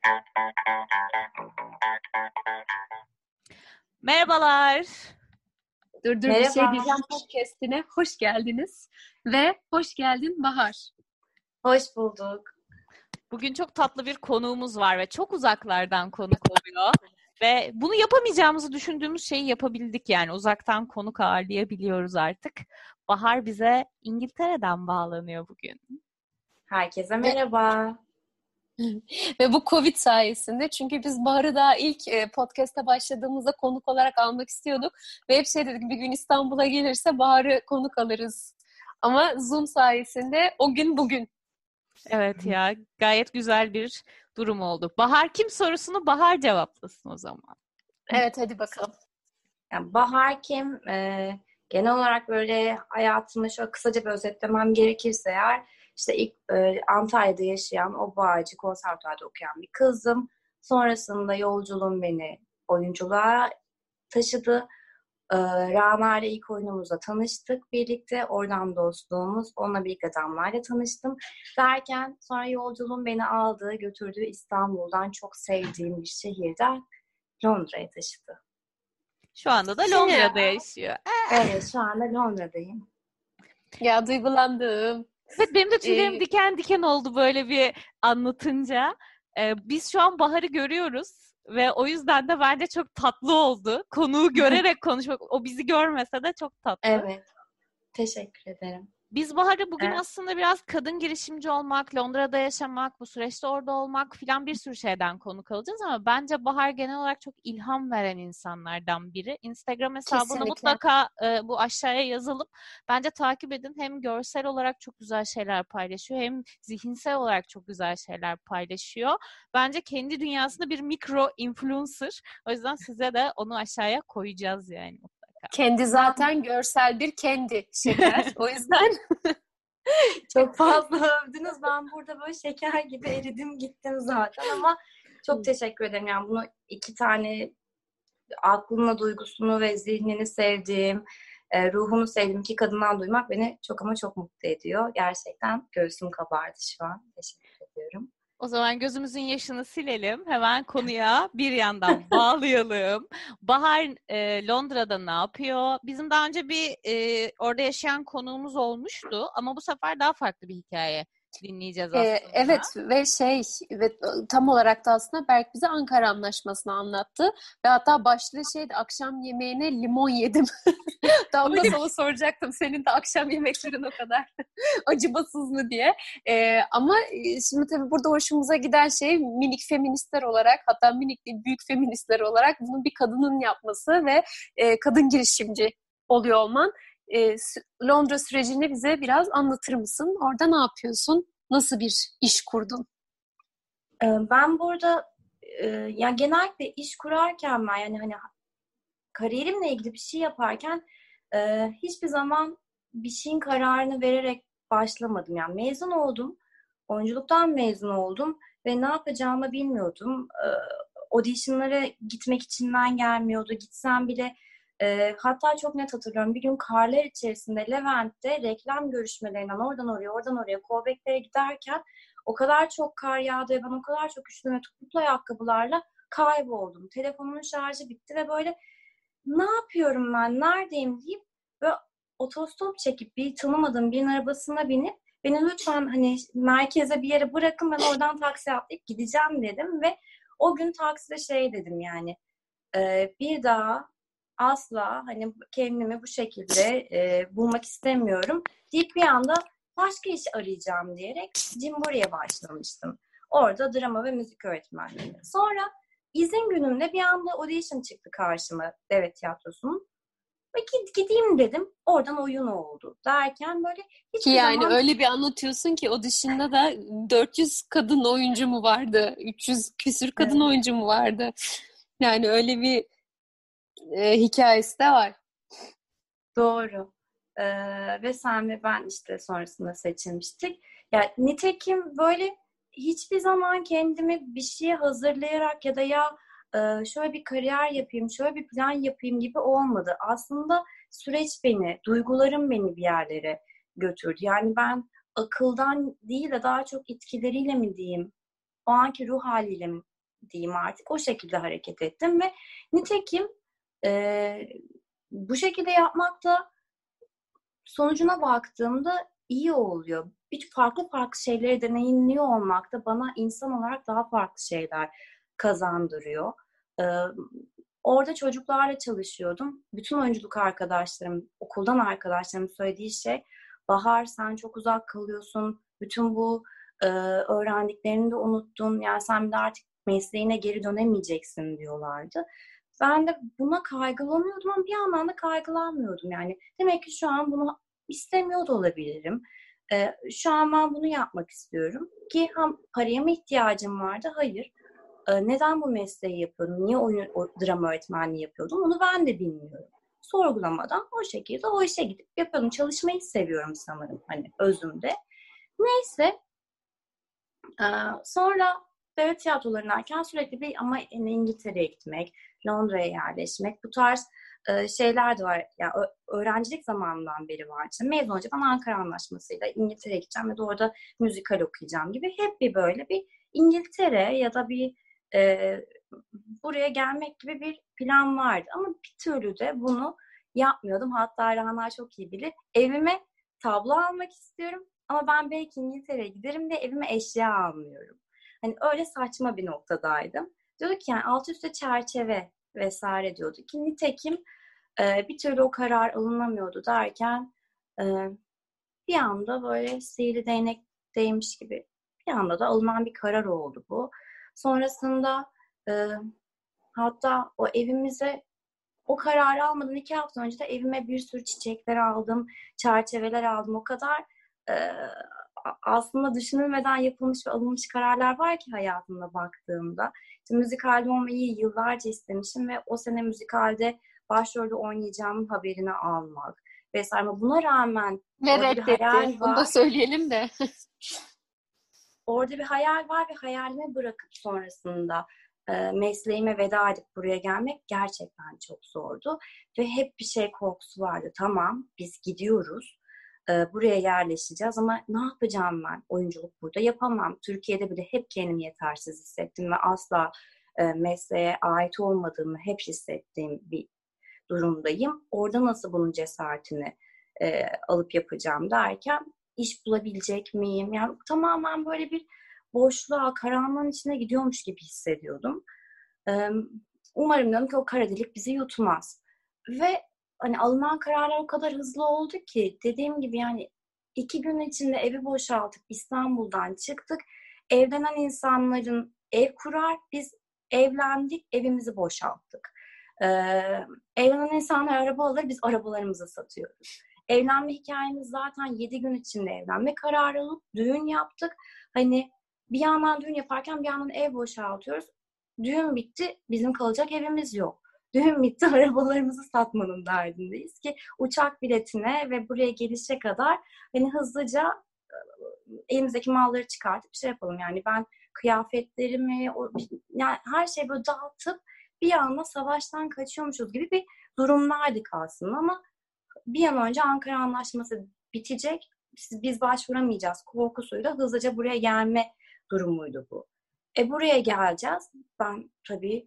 Merhabalar. Dur bir şey diyeceğim podcast'ine. Hoş geldiniz. Ve hoş geldin Bahar. Hoş bulduk. Bugün çok tatlı bir konuğumuz var ve çok uzaklardan konuk oluyor. Ve bunu yapamayacağımızı düşündüğümüz şeyi yapabildik yani. Uzaktan konuk ağırlayabiliyoruz artık. Bahar bize İngiltere'den bağlanıyor bugün. Herkese merhaba. Ve bu Covid sayesinde, çünkü biz Bahar'ı daha ilk podcast'a başladığımızda konuk olarak almak istiyorduk. Ve hep şey dedik, bir gün İstanbul'a gelirse Bahar'ı konuk alırız. Ama Zoom sayesinde o gün bugün. Evet ya, gayet güzel bir durum oldu. Bahar kim sorusunu Bahar cevaplasın o zaman. Evet, hadi bakalım. Yani Bahar kim? Genel olarak böyle hayatımı şöyle kısaca bir özetlemem gerekirse eğer, işte ilk Antalya'da yaşayan, o Bağcı konservatuvarda okuyan bir kızdım. Sonrasında yolculuğum beni oyunculuğa taşıdı. Rana ile ilk oyunumuzda tanıştık birlikte. Oradan dostluğumuz. Onunla birlikte Damla'yla tanıştım. Derken sonra yolculuğum beni aldı, götürdüğü İstanbul'dan çok sevdiğim bir şehirden Londra'ya taşıdı. Şu anda da Londra'da yaşıyor. Evet, şu anda Londra'dayım. Ya duygulandım. Evet, benim de tüylerim diken diken oldu böyle bir anlatınca. Biz şu an Bahar'ı görüyoruz ve o yüzden de bence çok tatlı oldu. Konuğu görerek konuşmak, o bizi görmese de çok tatlı. Evet, teşekkür ederim. Biz Bahar'ı bugün aslında biraz kadın girişimci olmak, Londra'da yaşamak, bu süreçte orada olmak filan bir sürü şeyden konuk alacağız ama bence Bahar genel olarak çok ilham veren insanlardan biri. Instagram hesabını Kesinlikle. mutlaka bu aşağıya yazalım. Bence takip edin. Hem görsel olarak çok güzel şeyler paylaşıyor hem zihinsel olarak çok güzel şeyler paylaşıyor. Bence kendi dünyasında bir mikro influencer. O yüzden size de onu aşağıya koyacağız yani. Kendi zaten görsel bir kendi şeker. O yüzden çok fazla övdünüz. Ben burada böyle şeker gibi eridim gittim zaten ama çok teşekkür ederim. Yani bunu iki tane aklımla duygusunu ve zihnini sevdiğim, ruhunu sevdiğim iki kadından duymak beni çok ama çok mutlu ediyor. Gerçekten göğsüm kabardı şu an. Teşekkür ediyorum. O zaman gözümüzün yaşını silelim. Hemen konuya bir yandan bağlayalım. Bahar Londra'da ne yapıyor? Bizim daha önce bir orada yaşayan konuğumuz olmuştu ama bu sefer daha farklı bir hikaye dinleyeceğiz aslında. Evet ve tam olarak da aslında Berk bize Ankara Anlaşması'nı anlattı ve hatta başlığı şeydi, akşam yemeğine limon yedim. Tam da sana soracaktım, senin de akşam yemeklerin o kadar acımasız mı diye. Ama şimdi tabii burada hoşumuza giden şey, minik feministler olarak, hatta minik değil büyük feministler olarak bunu bir kadının yapması ve kadın girişimci oluyor olman. Londra sürecini bize biraz anlatır mısın? Orada ne yapıyorsun? Nasıl bir iş kurdun? Ben burada yani genellikle iş kurarken ben yani hani kariyerimle ilgili bir şey yaparken hiçbir zaman bir şeyin kararını vererek başlamadım. Yani mezun oldum. Oyunculuktan mezun oldum ve ne yapacağımı bilmiyordum. Auditionlara gitmek içimden gelmiyordu. Gitsem bile hatta çok net hatırlıyorum. Bir gün karlar içerisinde Levent'te reklam görüşmelerinden oradan oraya, oradan oraya Kovbek'lere giderken o kadar çok kar yağdı ve ben o kadar çok üşüdüm ve topuklu ayakkabılarla kayboldum. Telefonumun şarjı bitti ve böyle ne yapıyorum ben, neredeyim deyip böyle otostop çekip bir tanımadığım birinin arabasına binip beni lütfen hani merkeze bir yere bırakın, ben oradan taksi atlayıp gideceğim dedim ve o gün takside şey dedim yani bir daha asla hani kendimi bu şekilde bulmak istemiyorum deyip bir anda başka iş arayacağım diyerek Cimbori'ye başlamıştım. Orada drama ve müzik öğretmenliği. Sonra izin günümde bir anda audition çıktı karşıma devlet tiyatrosunun. Ve gideyim dedim. Oradan oyun oldu. Derken böyle hiçbir yani zaman... öyle bir anlatıyorsun ki o dışında da 400 kadın oyuncu mu vardı? 300 küsür kadın oyuncu mu vardı? Yani öyle bir hikayesi de var. Doğru. Ve sen ve ben işte sonrasında seçilmiştik. Yani nitekim böyle hiçbir zaman kendimi bir şeye hazırlayarak ya da şöyle bir kariyer yapayım, şöyle bir plan yapayım gibi olmadı. Aslında süreç beni, duygularım beni bir yerlere götürdü. Yani ben akıldan değil de daha çok itkileriyle mi diyeyim, o anki ruh haliyle mi diyeyim artık. O şekilde hareket ettim ve nitekim bu şekilde yapmak da sonucuna baktığımda iyi oluyor. Bir farklı şeyleri deneyimliyor olmak da bana insan olarak daha farklı şeyler kazandırıyor. Orada çocuklarla çalışıyordum. Bütün oyunculuk arkadaşlarım, okuldan arkadaşlarım söylediği şey, Bahar sen çok uzak kalıyorsun. Bütün bu öğrendiklerini de unuttun. Yani sen bir de artık mesleğine geri dönemeyeceksin diyorlardı. Ben de buna kaygılanıyordum ama bir yandan da kaygılanmıyordum. Yani demek ki şu an bunu istemiyor da olabilirim. Şu an ben bunu yapmak istiyorum. Ki paraya mı ihtiyacım vardı? Hayır. Neden bu mesleği yapıyordum? Niye drama öğretmenliği yapıyordum? Onu ben de bilmiyorum. Sorgulamadan o şekilde o işe gidip yapıyordum. Çalışmayı seviyorum sanırım hani özümde. Neyse. Sonra devlet tiyatrolarındayken sürekli ama İngiltere'ye gitmek, Londra'ya yerleşmek, bu tarz şeyler de var. Yani öğrencilik zamanından beri var. İşte mezun olunca ben Ankara Anlaşması'yla İngiltere'ye gideceğim ve de orada müzikal okuyacağım gibi. Hep bir böyle bir İngiltere ya da bir buraya gelmek gibi bir plan vardı. Ama bir türlü de bunu yapmıyordum. Hatta Rana çok iyi bilir. Evime tablo almak istiyorum ama ben belki İngiltere'ye giderim diye evime eşya almıyorum. Hani öyle saçma bir noktadaydım. Diyordu ki yani alt üstte çerçeve vesaire diyordu ki nitekim bir türlü o karar alınamıyordu derken bir anda böyle sihirli değnek değmiş gibi bir anda da alınan bir karar oldu bu. Sonrasında hatta o evimize o kararı almadan 2 hafta önce de evime bir sürü çiçekler aldım, çerçeveler aldım. O kadar aslında düşünülmeden yapılmış ve alınmış kararlar var ki hayatımda baktığımda. İşte müzikalde olmayı yıllarca istemişim ve o sene müzikalde başrolde oynayacağımın haberini almak vesaire. Ama buna rağmen ve orada bir hayal reddetti. var. Bunu da söyleyelim de. Orada bir hayal var ve hayalimi bırakıp sonrasında mesleğime veda edip buraya gelmek gerçekten çok zordu. Ve hep bir şey korkusu vardı. Tamam, biz gidiyoruz. Buraya yerleşeceğiz ama ne yapacağım ben? Oyunculuk burada yapamam. Türkiye'de bile hep kendimi yetersiz hissettim ve asla mesleğe ait olmadığımı hep hissettiğim bir durumdayım. Orada nasıl bunun cesaretini alıp yapacağım derken iş bulabilecek miyim? Yani tamamen böyle bir boşluğa, karanlığın içine gidiyormuş gibi hissediyordum. Umarım dedim ki o kara delik bizi yutmaz. Ve hani alınan kararlar o kadar hızlı oldu ki dediğim gibi yani 2 gün içinde evi boşaltıp İstanbul'dan çıktık. Evlenen insanların ev kurar, biz evlendik, evimizi boşalttık. Evlenen insanlar araba alır, biz arabalarımızı satıyoruz. Evlenme hikayemiz zaten 7 gün içinde evlenme kararı alıp düğün yaptık. Hani bir yandan düğün yaparken bir yandan ev boşaltıyoruz. Düğün bitti, bizim kalacak evimiz yok. Düğün bitti, arabalarımızı satmanın derdindeyiz ki uçak biletine ve buraya gelişe kadar hani hızlıca elimizdeki malları çıkartıp bir şey yapalım. Yani ben kıyafetlerimi, yani her şeyi böyle dağıtıp bir anda savaştan kaçıyormuşuz gibi bir durumdaydık aslında ama bir an önce Ankara Anlaşması bitecek, biz başvuramayacağız korkusuyla hızlıca buraya gelme durumuydu bu. Buraya geleceğiz. Ben tabii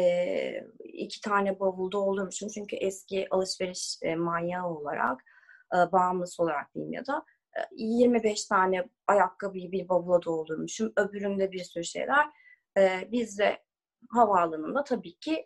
2 tane bavul doldurmuşum. Çünkü eski alışveriş manyağı olarak, bağımlısı olarak diyeyim ya da 25 tane ayakkabıyı bir bavula doldurmuşum. Öbüründe bir sürü şeyler. Biz de havaalanında tabii ki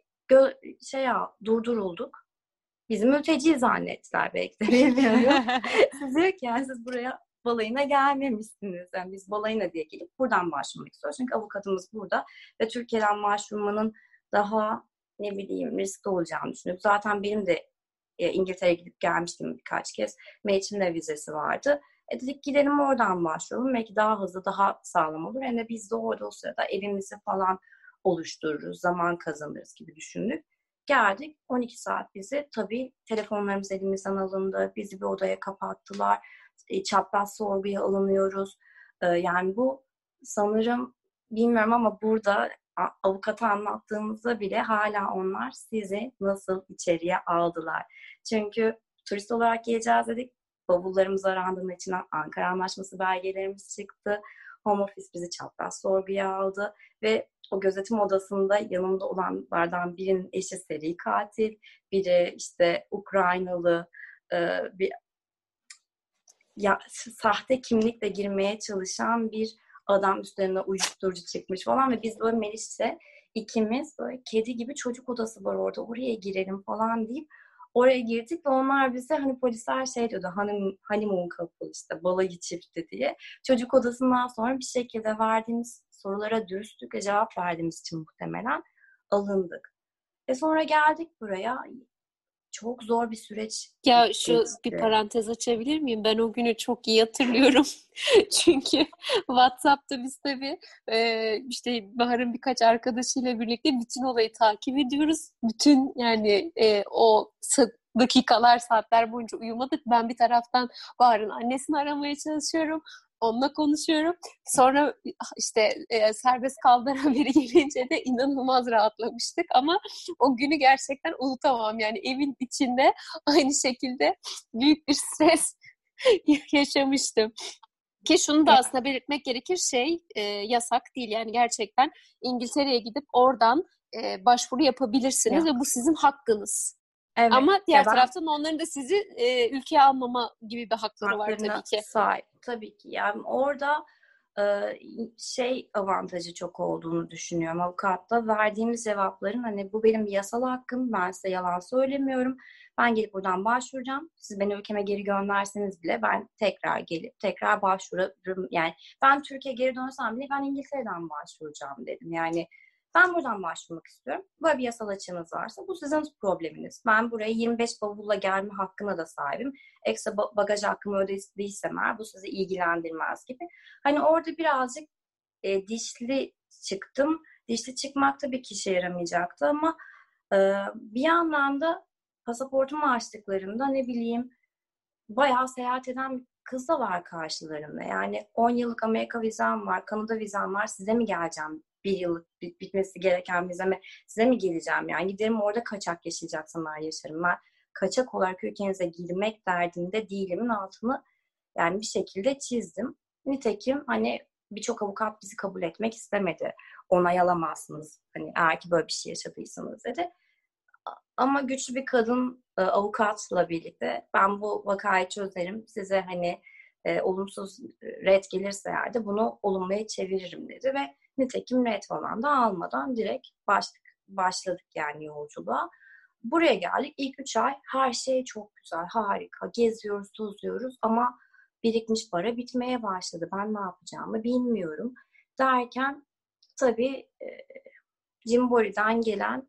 durdurulduk. Bizi mülteci zannettiler belki de bilmiyorum. Siz diyor ki yani siz buraya balayına gelmemişsiniz. Yani biz balayına diye gelip buradan başvurmak istiyoruz. Çünkü avukatımız burada ve Türkiye'den başvurmanın daha ne bileyim riskli olacağını düşünüyorum. Zaten benim de İngiltere'ye gidip gelmiştim birkaç kez. Meriç'in de vizesi vardı. Dedik gidelim oradan başvuralım. Belki daha hızlı, daha sağlam olur. Hem de biz de orada o sırada evimizi falan oluştururuz, zaman kazanırız gibi düşündük. Geldik, 12 saat bizi tabii telefonlarımız elimizden alındı. Bizi bir odaya kapattılar. Çapraz sorguya alınıyoruz. Yani bu sanırım bilmiyorum ama burada avukata anlattığımızda bile hala onlar sizi nasıl içeriye aldılar. Çünkü turist olarak geleceğiz dedik. Bavullarımız arandığında içinden Ankara Anlaşması belgelerimiz çıktı. Home Office bizi çapraz sorguya aldı ve o gözetim odasında yanımda olanlardan birinin eşi seri katil, biri işte Ukraynalı bir sahte kimlikle girmeye çalışan bir adam, üstlerine uyuşturucu çıkmış falan ve biz böyle Melis'le ikimiz böyle kedi gibi çocuk odası var orada, oraya girelim falan deyip oraya girdik ve onlar bize hani polisler şey diyordu, honeymoon couple işte balayı çifti diye. Çocuk odasından sonra bir şekilde verdiğimiz sorulara dürüstlükle cevap verdiğimiz için muhtemelen alındık. Ve sonra geldik buraya. Çok zor bir süreç Ya geçti. bir parantez açabilir miyim? Ben o günü çok iyi hatırlıyorum. Çünkü WhatsApp'ta biz tabii işte Bahar'ın birkaç arkadaşıyla birlikte bütün olayı takip ediyoruz. Bütün yani o dakikalar, saatler boyunca uyumadık. Ben bir taraftan Bahar'ın annesini aramaya çalışıyorum. Onunla konuşuyorum. Sonra işte serbest kaldığı haberi gelince de inanılmaz rahatlamıştık. Ama o günü gerçekten unutamam. Yani evin içinde aynı şekilde büyük bir stres yaşamıştım. Ki şunu da aslında belirtmek gerekir, yasak değil. Yani gerçekten İngiltere'ye gidip oradan başvuru yapabilirsiniz ve bu sizin hakkınız. Evet. Ama diğer taraftan onların da sizi ülkeye almama gibi bir hakları var tabii ki. Sahip. Tabii ki. Yani orada avantajı çok olduğunu düşünüyorum. Avukatta verdiğimiz cevapların hani bu benim bir yasal hakkım. Ben size yalan söylemiyorum. Ben gelip buradan başvuracağım. Siz beni ülkeme geri gönderseniz bile ben tekrar gelip tekrar başvururum. Yani ben Türkiye'ye geri dönsem bile ben İngiltere'den başvuracağım dedim. Yani ben buradan başvurmak istiyorum. Böyle bir yasal açığınız varsa bu sizin probleminiz. Ben buraya 25 bavulla gelme hakkına da sahibim. Ekstra bagaj hakkımı ödediysem eğer bu sizi ilgilendirmez gibi. Hani orada birazcık dişli çıktım. Dişli çıkmak tabii ki işe yaramayacaktı ama bir yandan da pasaportumu açtıklarında ne bileyim bayağı seyahat eden bir kız da var karşılarında. Yani 10 yıllık Amerika vizem var, Kanada vizem var. Size mi geleceğim? Bir yıllık bitmesi gereken vizeme size mi geleceğim? Yani giderim orada kaçak yaşayacaksanlar yaşarım. Ben kaçak olarak ülkenize girmek derdinde değilimin altını yani bir şekilde çizdim. Nitekim hani birçok avukat bizi kabul etmek istemedi. Onay alamazsınız. Hani eğer ki böyle bir şey yaşadıysanız dedi. Ama güçlü bir kadın avukatla birlikte ben bu vakayı çözerim. Size hani olumsuz red gelirse eğer de bunu olumluya çeviririm dedi ve nitekim red falan da almadan direkt başladık yani yolculuğa. Buraya geldik. İlk 3 ay her şey çok güzel, harika. Geziyoruz, tozuyoruz ama birikmiş para bitmeye başladı. Ben ne yapacağımı bilmiyorum. Derken tabii Cimbori'den gelen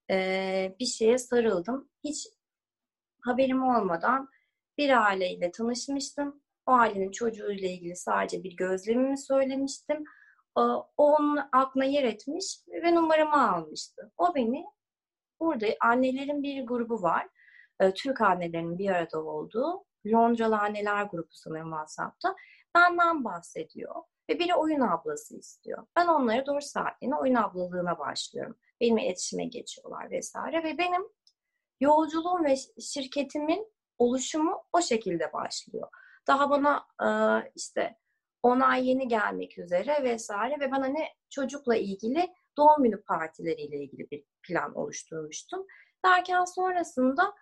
bir şeye sarıldım. Hiç haberim olmadan bir aileyle tanışmıştım. O ailenin çocuğuyla ilgili sadece bir gözlemimi söylemiştim. O onun aklına yer etmiş ve numaramı almıştı. O beni burada annelerin bir grubu var. Türk annelerinin bir arada olduğu Londralı Anneler grubu sanırım WhatsApp'ta. Benden bahsediyor. Ve biri oyun ablası istiyor. Ben onlara 4 saatliğine oyun ablalığına başlıyorum. Benimle iletişime geçiyorlar vesaire. Ve benim yolculuğum ve şirketimin oluşumu o şekilde başlıyor. Daha bana işte onay yeni gelmek üzere vesaire ve ben hani çocukla ilgili doğum günü partileriyle ilgili bir plan oluşturmuştum. Derken sonrasında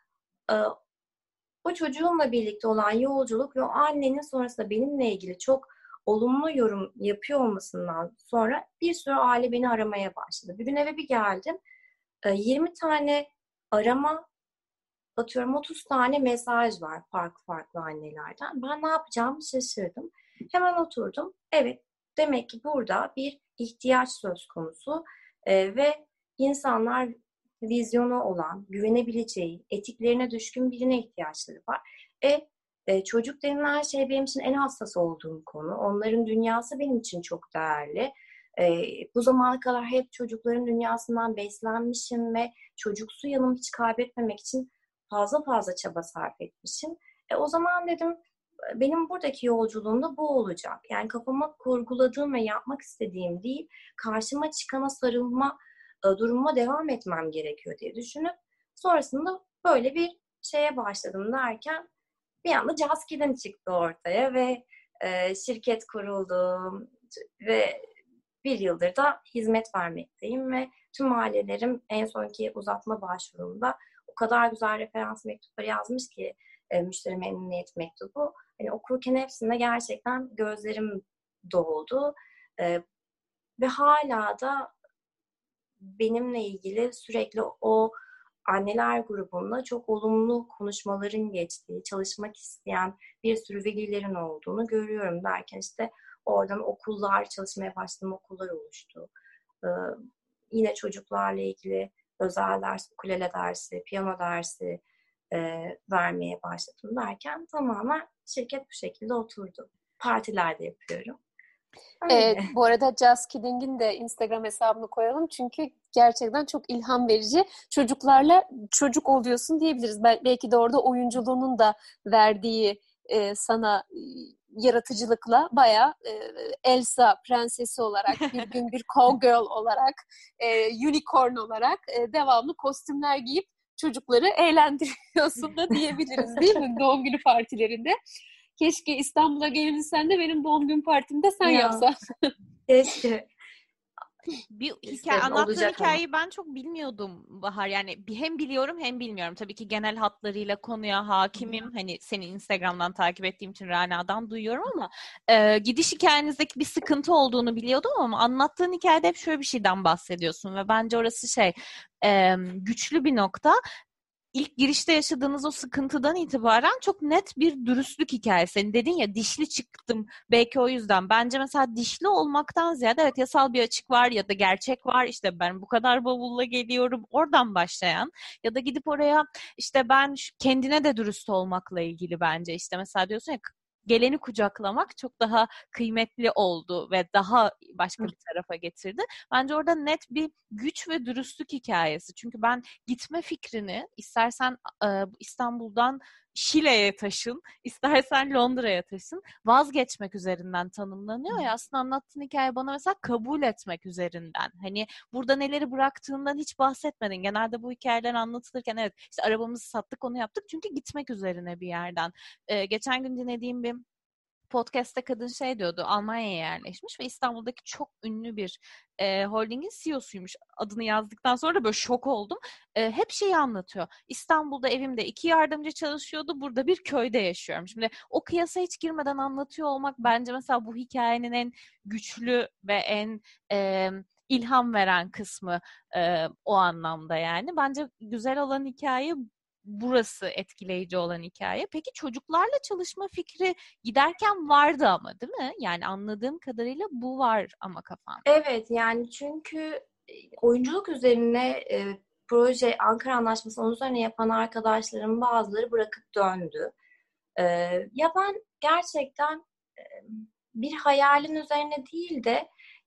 o çocuğumla birlikte olan yolculuk ve o annenin sonrasında benimle ilgili çok olumlu yorum yapıyor olmasından sonra bir sürü aile beni aramaya başladı. Bir gün eve bir geldim. 20 tane arama, atıyorum 30 tane mesaj var farklı farklı annelerden. Ben ne yapacağımı şaşırdım. Hemen oturdum. Evet, demek ki burada bir ihtiyaç söz konusu ve insanlar vizyonu olan, güvenebileceği, etiklerine düşkün birine ihtiyaçları var. Çocuk denilen şey benim için en hassas olduğum konu. Onların dünyası benim için çok değerli. Bu zamana kadar hep çocukların dünyasından beslenmişim ve çocuksu yanımı hiç kaybetmemek için fazla çaba sarf etmişim. O zaman dedim benim buradaki yolculuğumda bu olacak. Yani kafama kurguladığım ve yapmak istediğim değil, karşıma çıkana sarılma durumuma devam etmem gerekiyor diye düşünüp sonrasında böyle bir şeye başladım derken bir anda Just Kidding çıktı ortaya ve şirket kuruldu. Ve bir yıldır da hizmet vermekteyim ve tüm ailelerim en sonki uzatma başvurumda o kadar güzel referans mektupları yazmış ki müşteri memnuniyet mektubu. Hani okurken hepsinde gerçekten gözlerim doldu. Ve hala da benimle ilgili sürekli o anneler grubunda çok olumlu konuşmaların geçtiği, çalışmak isteyen bir sürü velilerin olduğunu görüyorum derken işte oradan okullar, çalışmaya başladığım okullar oluştu. Yine çocuklarla ilgili özel ders, ukulele dersi, piyano dersi vermeye başladım derken tamamen şirket bu şekilde oturdu. Partilerde yapıyorum. Bu arada Just Kidding'in de Instagram hesabını koyalım çünkü gerçekten çok ilham verici. Çocuklarla çocuk oluyorsun diyebiliriz. Belki de orada oyunculuğunun da verdiği sana yaratıcılıkla bayağı Elsa prensesi olarak, bir gün bir cowgirl olarak, unicorn olarak devamlı kostümler giyip çocukları eğlendiriyorsun da diyebiliriz değil mi? Doğum günü partilerinde. Keşke İstanbul'a gelebilsen de benim doğum gün partimde sen yapsan. Keşke. Bir hikaye, anlattığın hikayeyi ben çok bilmiyordum Bahar. Yani hem biliyorum hem bilmiyorum. Tabii ki genel hatlarıyla konuya hakimim. Hani seni Instagram'dan takip ettiğim için Rana'dan duyuyorum ama gidiş hikayenizdeki bir sıkıntı olduğunu biliyordum ama anlattığın hikayede hep şöyle bir şeyden bahsediyorsun ve bence orası güçlü bir nokta. İlk girişte yaşadığınız o sıkıntıdan itibaren çok net bir dürüstlük hikayesi. Senin dedin ya dişli çıktım belki o yüzden. Bence mesela dişli olmaktan ziyade evet yasal bir açık var ya da gerçek var. İşte ben bu kadar bavulla geliyorum oradan başlayan ya da gidip oraya işte ben kendine de dürüst olmakla ilgili bence. İşte mesela diyorsun ya geleni kucaklamak çok daha kıymetli oldu ve daha başka bir tarafa getirdi. Bence orada net bir güç ve dürüstlük hikayesi. Çünkü ben gitme fikrini istersen İstanbul'dan Şile'ye taşın, istersen Londra'ya taşın, vazgeçmek üzerinden tanımlanıyor ya. Aslında anlattığın hikaye bana mesela kabul etmek üzerinden. Hani burada neleri bıraktığından hiç bahsetmedin. Genelde bu hikayeler anlatılırken evet işte arabamızı sattık onu yaptık çünkü gitmek üzerine bir yerden. Geçen gün dinlediğim bir podcast'te kadın diyordu, Almanya'ya yerleşmiş ve İstanbul'daki çok ünlü bir holdingin CEO'suymuş. Adını yazdıktan sonra da böyle şok oldum. Hep şeyi anlatıyor. İstanbul'da evimde 2 yardımcı çalışıyordu, burada bir köyde yaşıyorum. Şimdi o kıyasa hiç girmeden anlatıyor olmak bence mesela bu hikayenin en güçlü ve en ilham veren kısmı o anlamda yani. Bence güzel olan hikaye burası, etkileyici olan hikaye. Peki çocuklarla çalışma fikri giderken vardı ama değil mi? Yani anladığım kadarıyla bu var ama kafanda. Evet yani çünkü oyunculuk üzerine proje Ankara Anlaşması onun üzerine yapan arkadaşlarım bazıları bırakıp döndü. Ya ben gerçekten bir hayalin üzerine değil de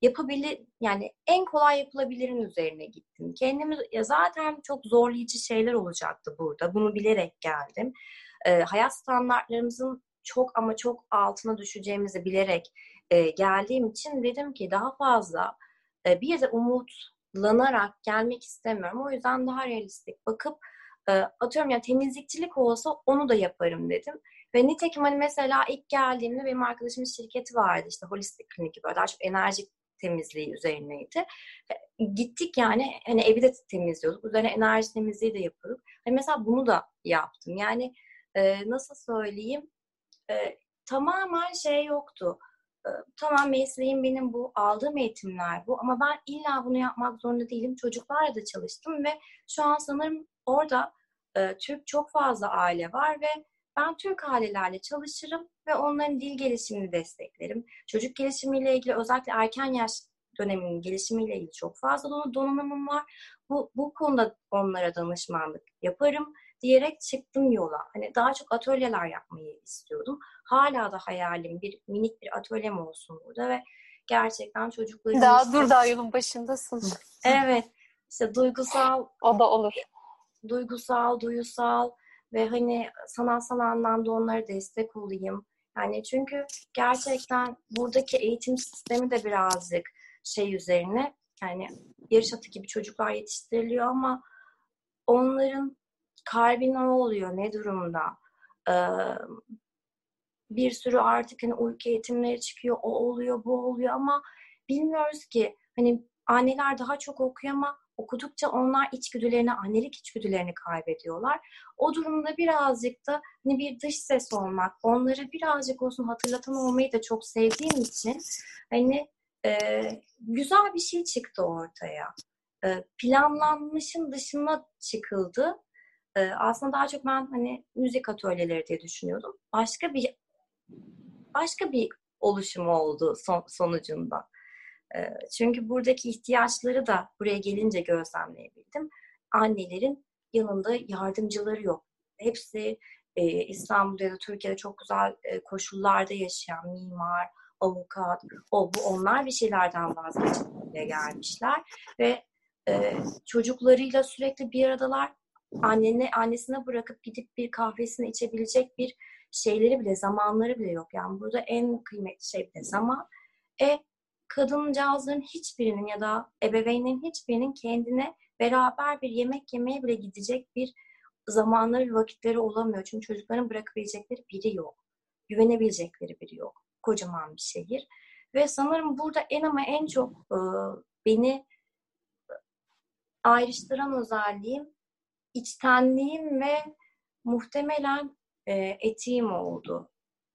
yani en kolay yapılabilirin üzerine gittim. Kendimi ya zaten çok zorlayıcı şeyler olacaktı burada. Bunu bilerek geldim. Hayat standartlarımızın çok ama çok altına düşeceğimizi bilerek geldiğim için dedim ki daha fazla bir yere umutlanarak gelmek istemiyorum. O yüzden daha realistik bakıp atıyorum ya temizlikçilik olsa onu da yaparım dedim. Ve nitekim hani mesela ilk geldiğimde benim arkadaşımın şirketi vardı işte holistik klinik gibi daha çok enerji temizliği üzerineydi. Gittik yani hani evi de temizliyorduk. Üzerine enerji temizliği de yapıyorduk. Hani mesela bunu da yaptım. Yani nasıl söyleyeyim tamamen yoktu. Tamam mesleğim benim bu, aldığım eğitimler bu ama ben illa bunu yapmak zorunda değilim. Çocuklarla da çalıştım ve şu an sanırım orada Türk çok fazla aile var ve ben Türk ailelerle çalışırım ve onların dil gelişimini desteklerim. Çocuk gelişimiyle ilgili özellikle erken yaş döneminin gelişimiyle ilgili çok fazla donanımım var. Bu konuda onlara danışmanlık yaparım diyerek çıktım yola. Hani daha çok atölyeler yapmayı istiyordum. Hala da hayalim minik bir atölyem olsun burada ve gerçekten çocukların Daha yolun başındasın. Evet. İşte duygusal o da olur. Duyusal ve hani sanatsal anlamda onlara destek olayım. Yani çünkü gerçekten buradaki eğitim sistemi de birazcık üzerine yani yarış atı gibi çocuklar yetiştiriliyor ama onların kalbi ne oluyor, ne durumda? bir sürü artık hani uyku eğitimleri çıkıyor, o oluyor, bu oluyor ama bilmiyoruz ki hani anneler daha çok okuyor ama okudukça onlar içgüdülerini, annelik içgüdülerini kaybediyorlar. O durumda birazcık da hani bir dış ses olmak, onları birazcık olsun hatırlatan olmayı da çok sevdiğim için hani güzel bir şey çıktı ortaya. Planlanmışın dışına çıkıldı. Aslında daha çok ben hani müzik atölyeleri diye düşünüyordum. Başka bir oluşum oldu sonucunda. Çünkü buradaki ihtiyaçları da buraya gelince gözlemleyebildim. Annelerin yanında yardımcıları yok. Hepsi İstanbul'da ya da Türkiye'de çok güzel koşullarda yaşayan mimar, avukat, onlar bir şeylerden vazgeçip buraya gelmişler ve çocuklarıyla sürekli bir aradalar. Annesine bırakıp gidip bir kahvesini içebilecek bir şeyleri bile, zamanları bile yok. Yani burada en kıymetli şey bile zaman. Kadıncağızların hiçbirinin ya da ebeveynlerin hiçbirinin kendine beraber bir yemek yemeye bile gidecek bir zamanları ve vakitleri olamıyor. Çünkü çocukların bırakabilecekleri biri yok. Güvenebilecekleri biri yok. Kocaman bir şehir. Ve sanırım burada en çok beni ayrıştıran özelliğim içtenliğim ve muhtemelen etiğim oldu.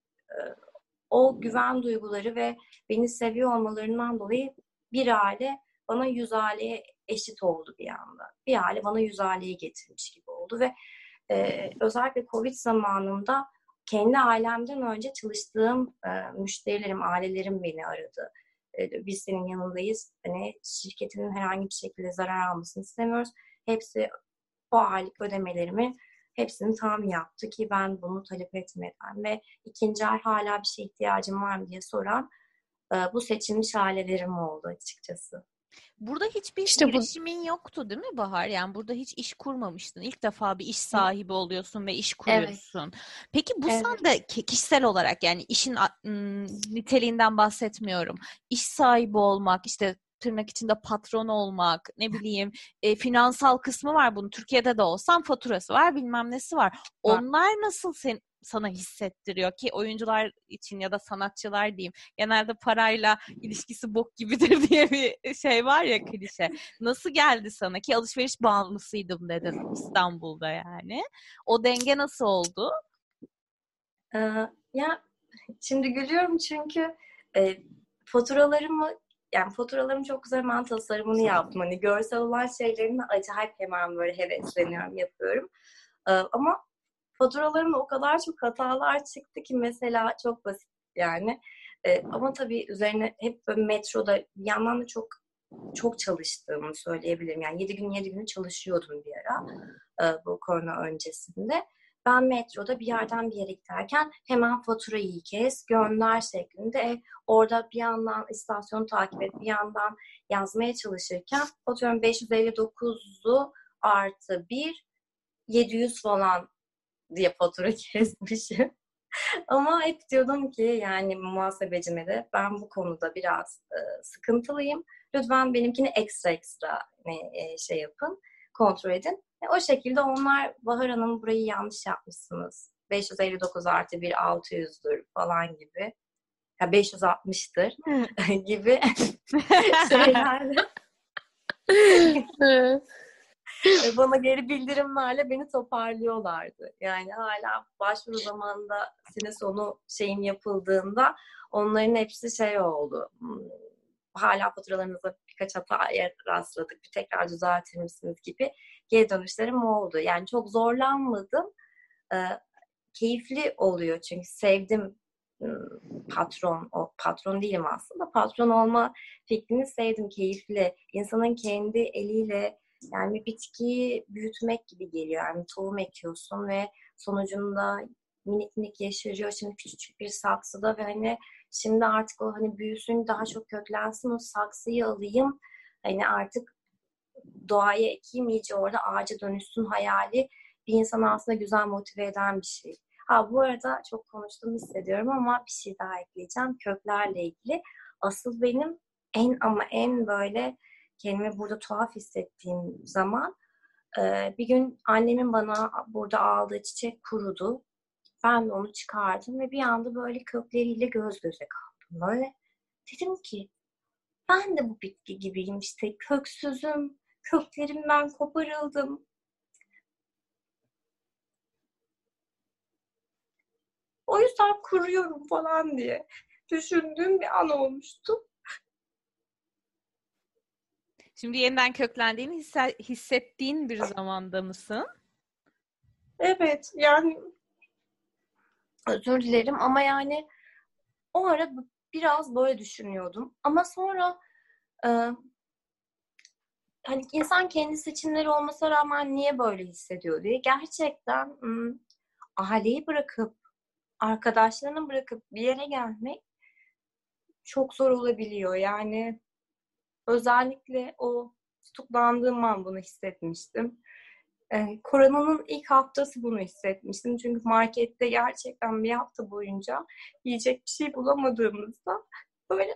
O güven duyguları ve beni seviyor olmalarından dolayı bir aile bana 100 aileye eşit oldu bir anda. Bir aile bana 100 aileyi getirmiş gibi oldu ve özellikle Covid zamanında kendi ailemden önce çalıştığım müşterilerim, ailelerim beni aradı. Biz senin yanındayız. Hani şirketinin herhangi bir şekilde zarar almasını istemiyoruz. Hepsi o aylık ödemelerimi hepsini tam yaptı ki ben bunu talep etmeden ve ikinci el hala bir şeye ihtiyacım var mı diye soran bu seçilmiş ailelerim oldu açıkçası. Burada hiçbir İşte bu girişimin yoktu değil mi Bahar? Yani burada hiç iş kurmamıştın. İlk defa bir iş sahibi oluyorsun ve iş Evet. kuruyorsun. Peki bu Evet. sende kişisel olarak yani işin niteliğinden bahsetmiyorum. İş sahibi olmak, işte tırnak içinde patron olmak, ne bileyim finansal kısmı var bunun. Türkiye'de de olsan faturası var, bilmem nesi var. Onlar nasıl sana hissettiriyor ki oyuncular için ya da sanatçılar diyeyim. Genelde parayla ilişkisi bok gibidir diye bir şey var ya, klişe. Nasıl geldi sana ki alışveriş bağımlısıydım dedin İstanbul'da yani. O denge nasıl oldu? Ya şimdi gülüyorum çünkü faturalarım çok güzel, ben tasarımını yaptım. Hani görsel olan şeylerini acayip hemen böyle hevesleniyorum, yapıyorum. Ama faturalarımda o kadar çok hatalar çıktı ki mesela çok basit yani. Ama tabii üzerine hep böyle metroda bir yandan da çok çalıştığımı söyleyebilirim. Yani 7 gün 7 gün çalışıyordum bir ara bu korona öncesinde. Ben metroda bir yerden bir yere giderken hemen faturayı kes, gönder şeklinde orada bir yandan istasyonu takip et, bir yandan yazmaya çalışırken atıyorum 559'u artı 1 700 falan diye fatura kesmişim. Ama hep diyordum ki yani muhasebecime de ben bu konuda biraz sıkıntılıyım. Lütfen benimkini ekstra şey yapın, kontrol edin. O şekilde onlar Bahar Hanım burayı yanlış yapmışsınız. 559 artı 1 600'dür falan gibi. Ya 560'tır gibi şeylerle bana geri bildirimlerle beni toparlıyorlardı. Yani hala başvuru zamanında sene sonu şeyim yapıldığında onların hepsi şey oldu. Hala faturalarınızda birkaç hataya rastladık. Bir tekrar düzeltir misiniz gibi geri dönüşlerim oldu. Yani çok zorlanmadım. Keyifli oluyor çünkü sevdim patron değilim aslında. Patron olma fikrini sevdim, keyifli. İnsanın kendi eliyle yani bir bitkiyi büyütmek gibi geliyor. Yani tohum ekiyorsun ve sonucunda minik minik yeşeriyor. Şimdi küçücük bir saksıda ve hani şimdi artık o hani büyüsün, daha çok köklensin, o saksıyı alayım. Hani artık doğaya ekeyim, iyice orada ağaca dönüşsün hayali bir insanı aslında güzel motive eden bir şey. Bu arada çok konuştuğumu hissediyorum ama bir şey daha ekleyeceğim. Köklerle ilgili. Asıl benim en böyle kendimi burada tuhaf hissettiğim zaman bir gün annemin bana burada aldığı çiçek kurudu. Ben de onu çıkardım ve bir anda böyle kökleriyle göz göze kaldım. Böyle dedim ki ben de bu bitki gibiyim işte, köksüzüm, köklerimden koparıldım. O yüzden kuruyorum falan diye düşündüğüm bir an olmuştu. Şimdi yeniden köklendiğini hissettiğin bir zamanda mısın? Evet, yani özür dilerim ama yani o ara biraz böyle düşünüyordum. Ama sonra hani insan kendi seçimleri olmasına rağmen niye böyle hissediyor diye gerçekten aileyi bırakıp, arkadaşlarını bırakıp bir yere gelmek çok zor olabiliyor. Yani özellikle o tutuklandığım an bunu hissetmiştim. Koronanın ilk haftası bunu hissetmiştim. Çünkü markette gerçekten bir hafta boyunca yiyecek bir şey bulamadığımızda böyle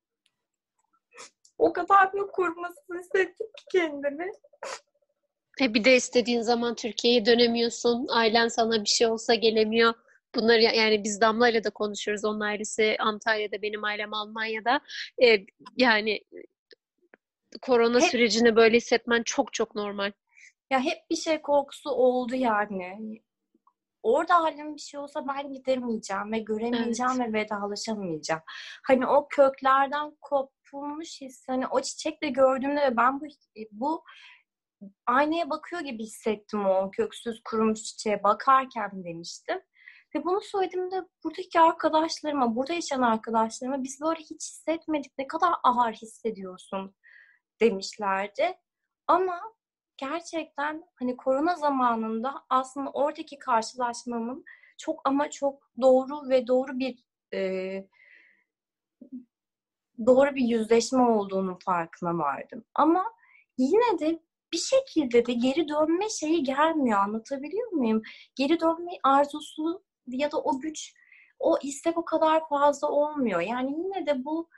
o kadar bir kurmasız hissettim ki kendimi. Bir de istediğin zaman Türkiye'ye dönemiyorsun. Ailen sana bir şey olsa gelemiyor. Bunları yani biz Damla'yla da konuşuyoruz. Onun ailesi Antalya'da, benim ailem Almanya'da. Yani korona Hep, sürecini böyle hissetmen çok çok normal. ya hep bir şey korkusu oldu yani. Orada halim bir şey olsa ben gidemeyeceğim ve göremeyeceğim Evet. ve vedalaşamayacağım. Hani o köklerden kopulmuş his, hani o çiçekle gördüğümde ve ben bu aynaya bakıyor gibi hissettim o köksüz kurumuş çiçeğe bakarken demiştim. Ve bunu söylediğimde buradaki arkadaşlarıma, burada yaşayan arkadaşlarıma biz böyle hiç hissetmedik, ne kadar ağır hissediyorsun demişlerdi. Ama gerçekten hani korona zamanında aslında oradaki karşılaşmamın çok ama çok doğru ve doğru bir yüzleşme olduğunun farkına vardım. Ama yine de bir şekilde de geri dönme şeyi gelmiyor. Anlatabiliyor muyum? Geri dönme arzusu ya da o güç, o istek o kadar fazla olmuyor. Yani yine de bu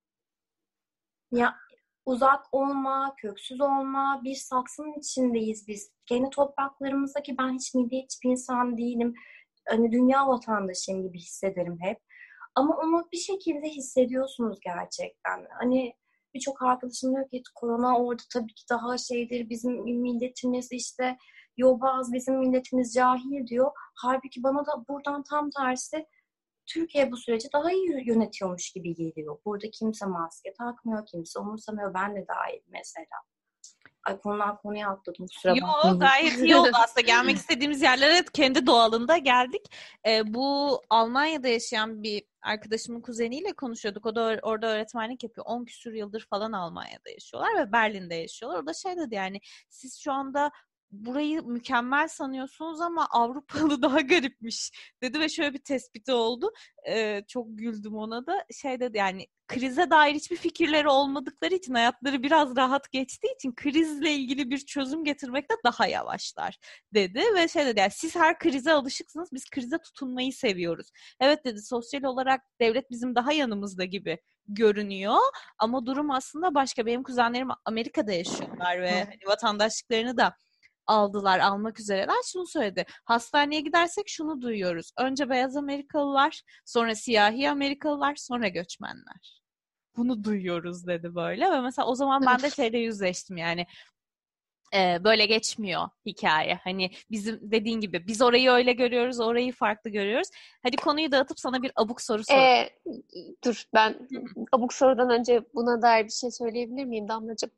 ya uzak olma, köksüz olma, bir saksının içindeyiz biz. Kendi topraklarımızdaki ben hiç milliyetçi bir insan değilim. Hani dünya vatandaşıyım gibi hissederim hep. Ama onu bir şekilde hissediyorsunuz gerçekten. Hani birçok arkadaşım diyor ki korona orada tabii ki daha şeydir, bizim milletimiz işte yobaz, bizim milletimiz cahil diyor. Halbuki bana da buradan tam tersi Türkiye bu süreci daha iyi yönetiyormuş gibi geliyor. Burada kimse maske takmıyor, kimse umursamıyor. Ben de dahil mesela. Ay konuya atladım, kusura Yo, bakmayın. gayet iyi oldu aslında. Gelmek istediğimiz yerlere kendi doğalında geldik. Bu Almanya'da yaşayan bir arkadaşımın kuzeniyle konuşuyorduk. O da orada öğretmenlik yapıyor. 10 küsur yıldır falan Almanya'da yaşıyorlar ve Berlin'de yaşıyorlar. O da şey dedi, yani siz şu anda burayı mükemmel sanıyorsunuz ama Avrupalı daha garipmiş dedi ve şöyle bir tespiti oldu. Çok güldüm ona da. Şey dedi, yani krize dair hiçbir fikirleri olmadıkları için, hayatları biraz rahat geçtiği için krizle ilgili bir çözüm getirmekte daha yavaşlar dedi ve şey dedi, yani siz her krize alışıksınız, biz krize tutunmayı seviyoruz. Evet dedi, sosyal olarak devlet bizim daha yanımızda gibi görünüyor ama durum aslında başka. Benim kuzenlerim Amerika'da yaşıyorlar ve hani vatandaşlıklarını da almak üzereler. Şunu söyledi. Hastaneye gidersek şunu duyuyoruz. Önce beyaz Amerikalılar, sonra siyahi Amerikalılar, sonra göçmenler. Bunu duyuyoruz dedi böyle ve mesela o zaman ben de şeyle yüzleştim, yani böyle geçmiyor hikaye. Hani bizim dediğin gibi biz orayı öyle görüyoruz, orayı farklı görüyoruz. Hadi konuyu dağıtıp sana bir abuk soru sorayım. Dur, ben abuk sorudan önce buna dair bir şey söyleyebilir miyim Damlacığım?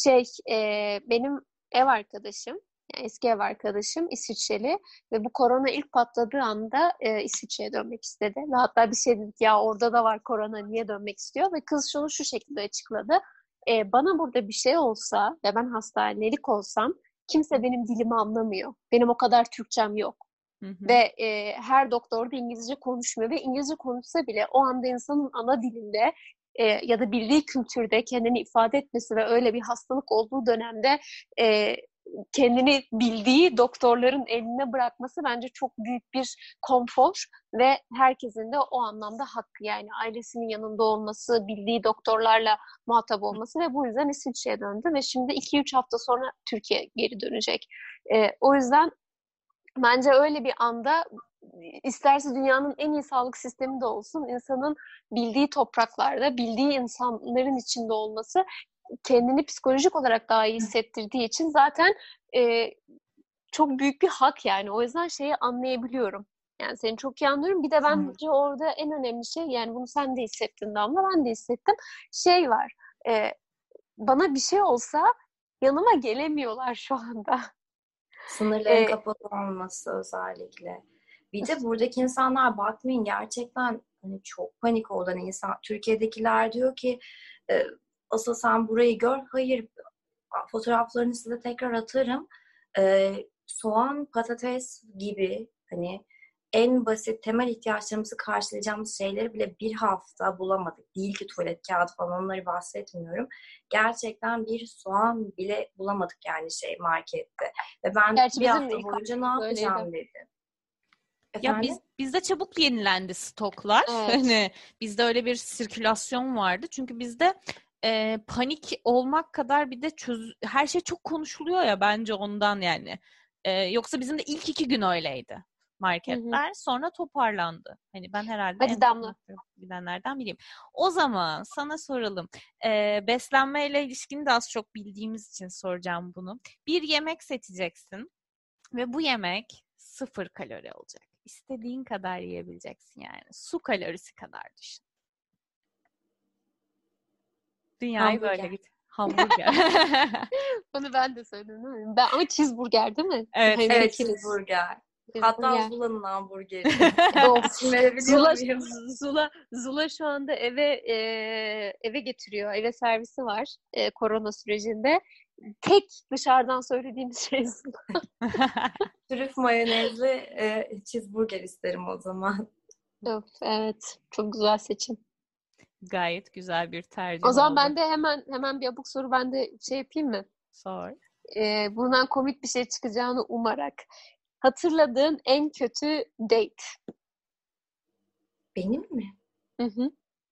Benim ev arkadaşım, yani eski ev arkadaşım İsviçreli ve bu korona ilk patladığı anda İsviçre'ye dönmek istedi. Ve hatta bir şey dedik, ya orada da var korona, niye dönmek istiyor? Ve kız şunu şu şekilde açıkladı. Bana burada bir şey olsa ve ben hastanelik olsam kimse benim dilimi anlamıyor. Benim o kadar Türkçem yok. Ve her doktor da İngilizce konuşmuyor ve İngilizce konuşsa bile o anda insanın ana dilinde ya da bildiği kültürde kendini ifade etmesi ve öyle bir hastalık olduğu dönemde kendini bildiği doktorların eline bırakması bence çok büyük bir konfor ve herkesin de o anlamda hakkı, yani ailesinin yanında olması, bildiği doktorlarla muhatap olması ve bu yüzden İsviçre'ye döndü ve şimdi 2-3 hafta sonra Türkiye geri dönecek. O yüzden bence öyle bir anda isterse dünyanın en iyi sağlık sistemi de olsun, insanın bildiği topraklarda, bildiği insanların içinde olması kendini psikolojik olarak daha iyi hissettirdiği için zaten çok büyük bir hak yani. O yüzden şeyi anlayabiliyorum. Yani seni çok iyi anlıyorum. Bir de bence orada en önemli şey, yani bunu sen de hissettin Damla, ben de hissettim. Şey var, bana bir şey olsa yanıma gelemiyorlar şu anda. Sınırların kapalı olması özellikle. Bir de buradaki insanlar bakmayın gerçekten hani çok panik olan insan. Türkiye'dekiler diyor ki asıl sen burayı gör. Hayır, fotoğraflarını size tekrar atarım. Soğan, patates gibi hani en basit temel ihtiyaçlarımızı karşılayacağımız şeyleri bile bir hafta bulamadık. Değil ki tuvalet kağıdı falan, onları bahsetmiyorum. Gerçekten bir soğan bile bulamadık yani markette. Ve ben Gerçi bir bizim hafta boyunca ne yapacağım dedim. Ya bizde çabuk yenilendi stoklar. Evet. Hani bizde öyle bir sirkülasyon vardı. Çünkü bizde panik olmak kadar bir de her şey çok konuşuluyor ya, bence ondan yani. Yoksa bizim de ilk 2 gün öyleydi marketler. Hı hı. Sonra toparlandı. Hani ben herhalde Hadi en Damla. bilenlerden biriyim. O zaman sana soralım. Beslenmeyle ilişkini de az çok bildiğimiz için soracağım bunu. Bir yemek seçeceksin ve bu yemek 0 kalori olacak. İstediğin kadar yiyebileceksin yani. Su kalorisi kadar düşün. Dünyayı Hamburger. böyle git. Hamburger. Bunu ben de söyledim değil mi? Ama cheeseburger değil mi? Evet. Evet, Hemfikiriz. cheeseburger. Hatta Cheeseburger. Zula'nın hamburgeri. Of. İsim verebiliyor muyum? Zula şu anda eve getiriyor. Eve servisi var korona sürecinde. Tek dışarıdan söylediğimiz şey Zula. Trüf mayonezli cheeseburger isterim o zaman. Of, evet. Çok güzel seçim. Gayet güzel bir tercih O zaman oldu. ben de hemen bir abuk soru ben de şey yapayım mı? Sor. Bundan komik bir şey çıkacağını umarak. Hatırladığın en kötü date. Benim mi? Hı hı.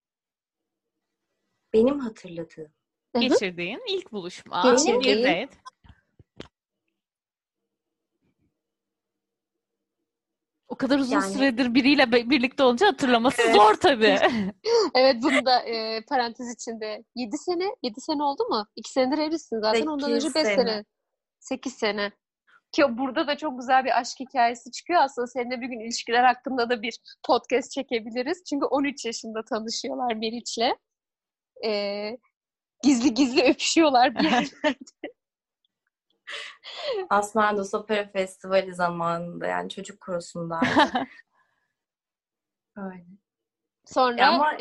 Benim hatırladığım. Hı hı. Geçirdiğin ilk buluşma. Geçirdiğin. Bir date. O kadar uzun Yani- süredir biriyle birlikte olunca hatırlaması Evet. zor tabii. Evet, bunu da parantez içinde 7 sene oldu mu? 2 senedir evlisin zaten. Ondan 8 önce 5 sene. sene. 8 sene. Ki burada da çok güzel bir aşk hikayesi çıkıyor. Aslında seninle bir gün ilişkiler hakkında da bir podcast çekebiliriz. Çünkü 13 yaşında tanışıyorlar Meriç'le. Gizli gizli öpüşüyorlar bir yerlerde. Aslandos Opera Festivali zamanında, yani çocuk korosundaydı. Öyle. Sonra Ama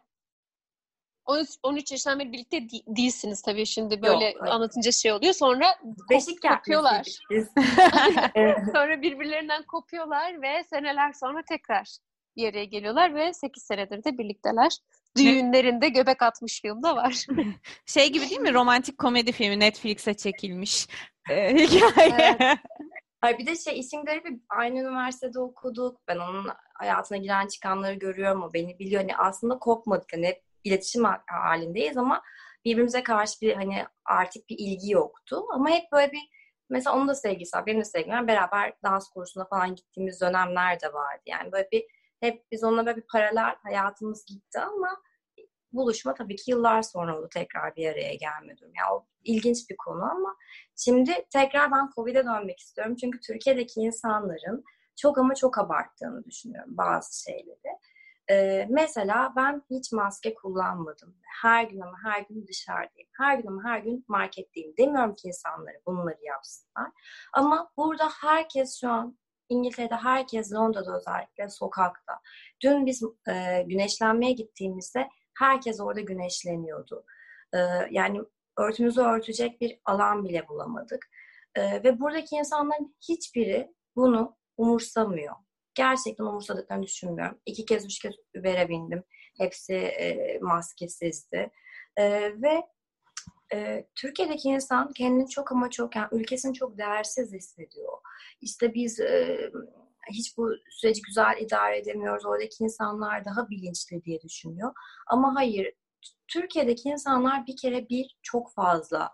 13 yaşından beri birlikte değilsiniz tabii, şimdi böyle Yok, hayır. anlatınca şey oluyor. Sonra beşik kopuyorlar. kertmesiydik biz. Evet. Sonra birbirlerinden kopuyorlar ve seneler sonra tekrar bir araya geliyorlar ve 8 senedir de birlikteler. Düğünlerinde göbek atmışlığım da var. Şey gibi değil mi? Romantik komedi filmi Netflix'e çekilmiş hikaye. Evet. Hayır, bir de işin garibi, aynı üniversitede okuduk. Ben onun hayatına giren çıkanları görüyorum. O beni biliyor. Hani aslında kopmadık. Hani hep iletişim halindeyiz ama birbirimize karşı bir hani artık bir ilgi yoktu. Ama hep böyle bir, mesela onun da sevgisi var, benim de sevgilim var. Beraber dans kursuna falan gittiğimiz dönemler de vardı. Yani böyle bir, hep biz onunla böyle bir paralel hayatımız gitti ama buluşma tabii ki yıllar sonra oldu, tekrar bir araya gelme durum. Yani o ilginç bir konu ama şimdi tekrar ben Covid'e dönmek istiyorum. Çünkü Türkiye'deki insanların çok ama çok abarttığını düşünüyorum bazı şeyleri. Mesela ben hiç maske kullanmadım. Her gün ama her gün dışarıdayım. Her gün ama her gün marketteyim. Demiyorum ki insanlara bunları yapsınlar. Ama burada herkes şu an, İngiltere'de herkes, Londra'da özellikle sokakta. Dün biz güneşlenmeye gittiğimizde herkes orada güneşleniyordu. Yani örtümüzü örtecek bir alan bile bulamadık. Ve buradaki insanların hiçbiri bunu umursamıyor. Gerçekten umursadıklarını düşünmüyorum. 2 kez 3 kez Uber'e bindim. Hepsi maskesizdi. Ve Türkiye'deki insan kendini çok ama çok, yani ülkesini çok değersiz hissediyor. İşte biz hiç bu süreci güzel idare edemiyoruz. Oradaki insanlar daha bilinçli diye düşünüyor. Ama hayır, Türkiye'deki insanlar bir kere çok fazla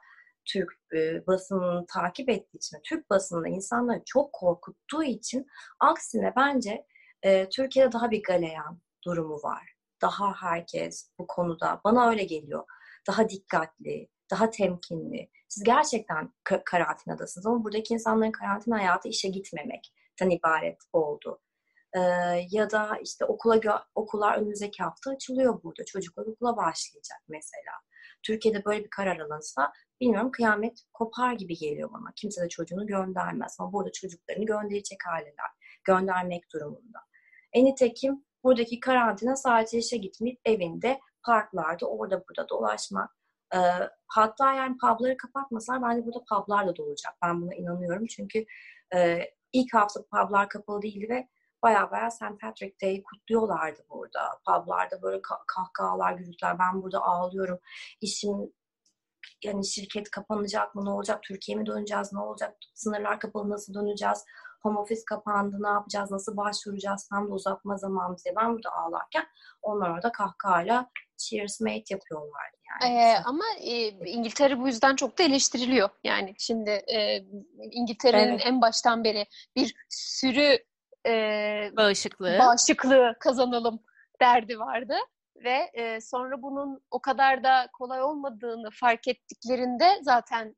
Türk basınını takip ettiği için, Türk basınında insanları çok korkuttuğu için aksine bence Türkiye'de daha bir galeyan durumu var. Daha herkes bu konuda, bana öyle geliyor, daha dikkatli, daha temkinli. Siz gerçekten karantinadasınız ama buradaki insanların karantina hayatı işe gitmemekten ibaret oldu. Ya da işte okullar önümüzdeki hafta açılıyor burada. Çocuklar okula başlayacak mesela. Türkiye'de böyle bir karar alınsa bilmiyorum kıyamet kopar gibi geliyor bana. Kimse de çocuğunu göndermez ama burada çocuklarını gönderecek haleler. Göndermek durumunda. Nitekim buradaki karantina sadece işe gitmeyip evinde, parklarda, orada burada dolaşmak. Hatta yani pubları kapatmasalar bence burada publar da dolacak. Ben buna inanıyorum. Çünkü ilk hafta publar kapalı değildi ve baya St. Patrick Day'i kutluyorlardı burada. Publarda böyle kahkahalar, gürültüler. Ben burada ağlıyorum. İşim, yani şirket kapanacak mı? Ne olacak? Türkiye'ye mi döneceğiz? Ne olacak? Sınırlar kapalı, nasıl döneceğiz? Home office kapandı. Ne yapacağız? Nasıl başvuracağız? Tam da uzatma zamanımız diye. Ben burada ağlarken onlar orada kahkahayla cheers mate yapıyorlardı yani. Ama İngiltere bu yüzden çok da eleştiriliyor. Yani şimdi İngiltere'nin en baştan beri bir sürü bağışıklığı kazanalım derdi vardı. Ve sonra bunun o kadar da kolay olmadığını fark ettiklerinde zaten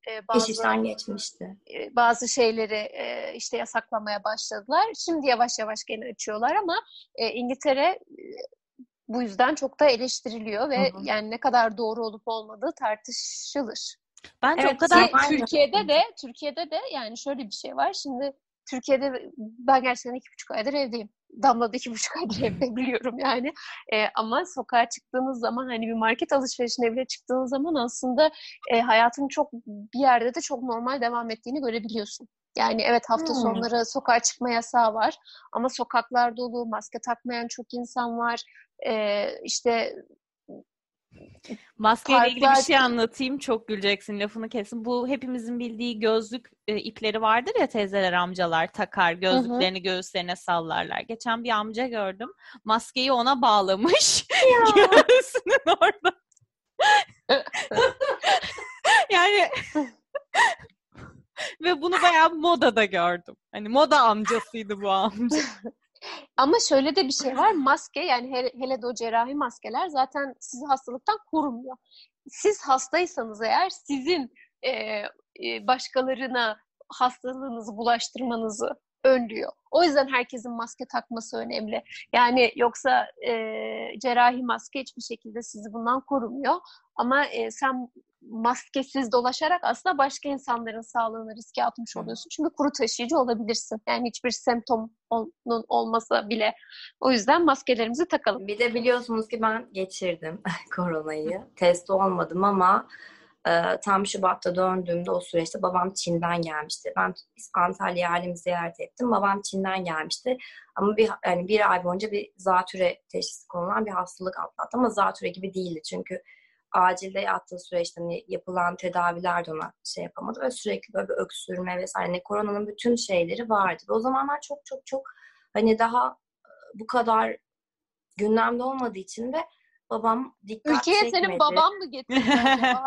bazı şeyleri işte yasaklamaya başladılar. Şimdi yavaş yavaş gene açıyorlar ama İngiltere bu yüzden çok da eleştiriliyor ve yani ne kadar doğru olup olmadığı tartışılır. Bence o kadar Türkiye'de de yani şöyle bir şey var. Şimdi Türkiye'de ben gerçekten 2,5 aydır evdeyim. Damla da 2,5 aydır evde biliyorum yani. Ama sokağa çıktığınız zaman hani bir market alışverişine bile çıktığınız zaman aslında hayatın çok bir yerde de çok normal devam ettiğini görebiliyorsun. Yani evet hafta sonları sokağa çıkma yasağı var ama sokaklar dolu, maske takmayan çok insan var. İşte maskeyle ilgili bir şey anlatayım. Çok güleceksin, lafını kesin. Bu hepimizin bildiği gözlük ipleri vardır ya, teyzeler, amcalar takar. Gözlüklerini göğüslerine sallarlar. Geçen bir amca gördüm. Maskeyi ona bağlamış. Göğsünün orada. Yani ve bunu bayağı modada gördüm. Hani moda amcasıydı bu amca. Ama şöyle de bir şey var. Maske yani hele de o cerrahi maskeler zaten sizi hastalıktan korumuyor. Siz hastaysanız eğer sizin başkalarına hastalığınızı bulaştırmanızı önlüyor. O yüzden herkesin maske takması önemli. Yani yoksa cerrahi maske hiçbir şekilde sizi bundan korumuyor. Ama sen maskesiz dolaşarak aslında başka insanların sağlığını riske atmış oluyorsun. Çünkü kuru taşıyıcı olabilirsin. Yani hiçbir semptomun olmasa bile. O yüzden maskelerimizi takalım. Bir de biliyorsunuz ki ben geçirdim koronayı. Test olmadım ama tam Şubat'ta döndüğümde o süreçte babam Çin'den gelmişti. Ben Antalya ailemi ziyaret ettim. Babam Çin'den gelmişti. Ama bir ay boyunca bir zatüre teşhisi konulan bir hastalık atlattı. Ama zatüre gibi değildi. Çünkü acilde yattığı süreçte yapılan tedaviler de ona şey yapamadı. Ve sürekli böyle bir öksürme vesaire. Yani koronanın bütün şeyleri vardı. Ve o zamanlar çok hani daha bu kadar gündemde olmadığı için de babam dikkat Ülkeye çekmedi. Senin baban mı getirdi acaba?